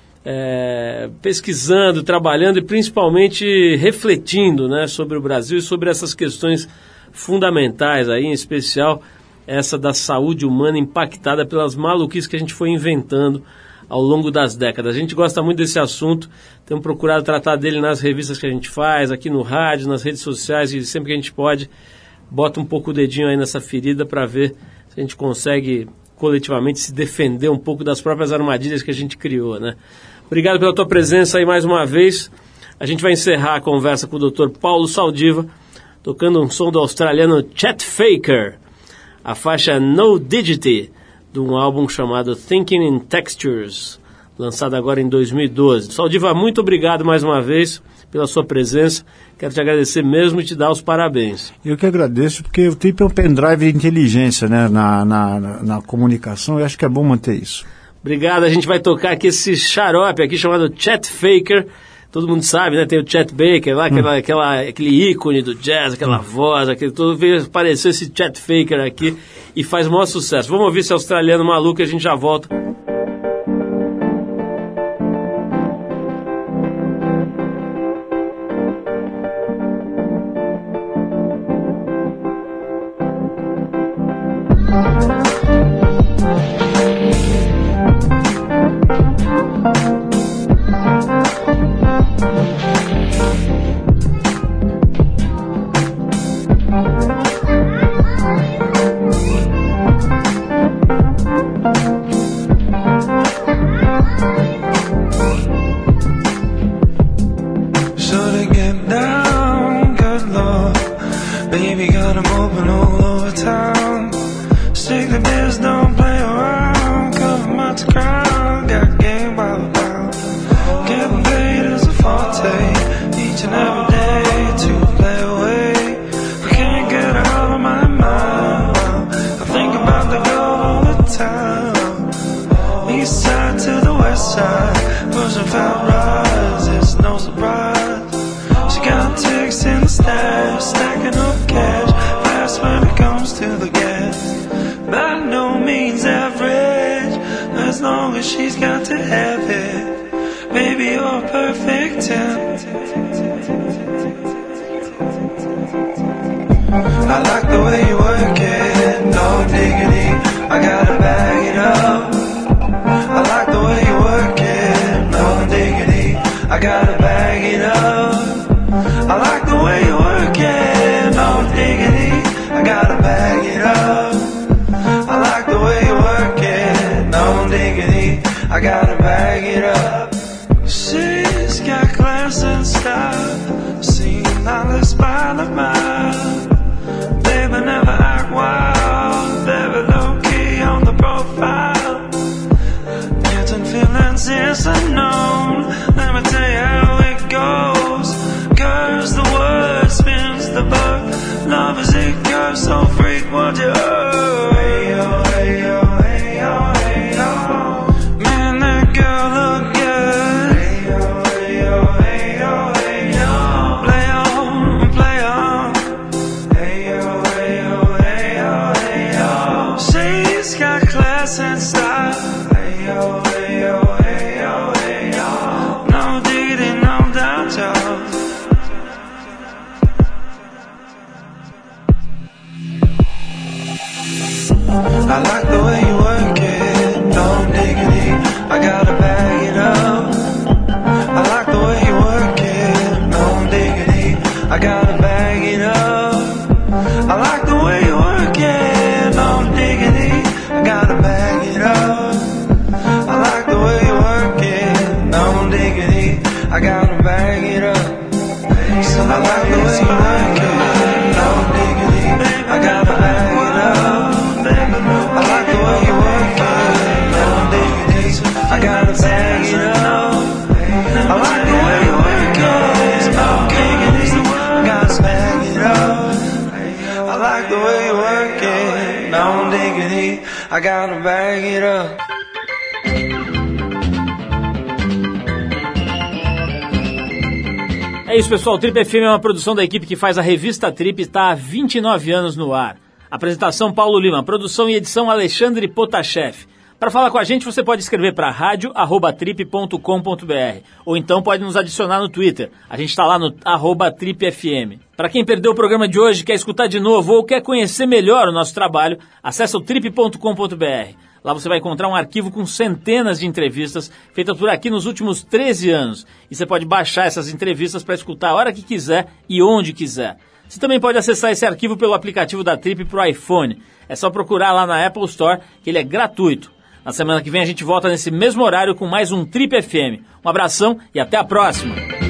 É, pesquisando, trabalhando e principalmente refletindo, né, sobre o Brasil e sobre essas questões fundamentais, aí, em especial essa da saúde humana impactada pelas maluquices que a gente foi inventando ao longo das décadas. A gente gosta muito desse assunto, temos procurado tratar dele nas revistas que a gente faz, aqui no rádio, nas redes sociais, e sempre que a gente pode, bota um pouco o dedinho aí nessa ferida para ver se a gente consegue coletivamente se defender um pouco das próprias armadilhas que a gente criou, né? Obrigado pela tua presença aí mais uma vez. A gente vai encerrar a conversa com o doutor Paulo Saldiva, tocando um som do australiano Chet Faker, a faixa No Digity, de um álbum chamado Thinking in Textures, lançado agora em dois mil e doze. Saldiva, muito obrigado mais uma vez pela sua presença. Quero te agradecer mesmo e te dar os parabéns. Eu que agradeço, porque o tipo é um pendrive de inteligência, né, na, na, na, na comunicação, eu acho que é bom manter isso. Obrigado, a gente vai tocar aqui esse xarope aqui chamado Chet Faker. Todo mundo sabe, né? Tem o Chet Baker lá, aquela, hum. aquela, aquele ícone do jazz, aquela hum. voz, aquele, todo veio apareceu esse Chet Faker aqui e faz o maior sucesso. Vamos ouvir esse australiano maluco e a gente já volta. Pushing fat rises, no surprise. She got to she's got to have it. Baby, you're a perfect ten. I like the way you work it, no diggity, I gotta bag it up. I like the way you work it, no diggity, I gotta bag it up. I like the way you work it, no diggity, I gotta bag it up. I like the way you work it, no diggity, I gotta bag it up. She's got class and style, seen all this by the mile. Baby, never act wild, baby, low-key on the profile. Getting feelings is unknown, let me tell you how it goes. Curves the word, spins the bug, love is it, curves so freak what you heard. Hey yo, hey yo, hey yo, hey yo, man, that girl look good. Hey yo, hey yo, hey yo, hey yo, play on, play on. Hey yo, hey yo, hey yo, hey yo, she's got class and style. Hey yo, hey yo, hey yo, hey yo, no diggity, no doubt, y'all. I like the way you work it, no diggity, I gotta bag it up. I like the way you work it, no diggity, I gotta bag it up. I like the way you work it, no diggity, I gotta bag it up. I like the way you work it, no diggity, I gotta bag it up. I like the way you work it, no diggity, I gotta bag it up. I like the way you work it, no diggity, I gotta bag it up. I like the way you work it, no diggity, I gotta bag it up. I like the way you work it, no diggity, I gotta bag it up. É isso, pessoal. O Trip F M é uma produção da equipe que faz a revista Trip e está há vinte e nove anos no ar. Apresentação Paulo Lima, produção e edição Alexandre Potashev. Para falar com a gente, você pode escrever para rádio arroba trip ponto com ponto b r ou então pode nos adicionar no Twitter. A gente está lá no arroba Trip F M. Para quem perdeu o programa de hoje, quer escutar de novo ou quer conhecer melhor o nosso trabalho, acessa o trip ponto com ponto b r. Lá você vai encontrar um arquivo com centenas de entrevistas feitas por aqui nos últimos treze anos. E você pode baixar essas entrevistas para escutar a hora que quiser e onde quiser. Você também pode acessar esse arquivo pelo aplicativo da Trip para o iPhone. É só procurar lá na Apple Store, que ele é gratuito. Na semana que vem a gente volta nesse mesmo horário com mais um Trip F M. Um abração e até a próxima!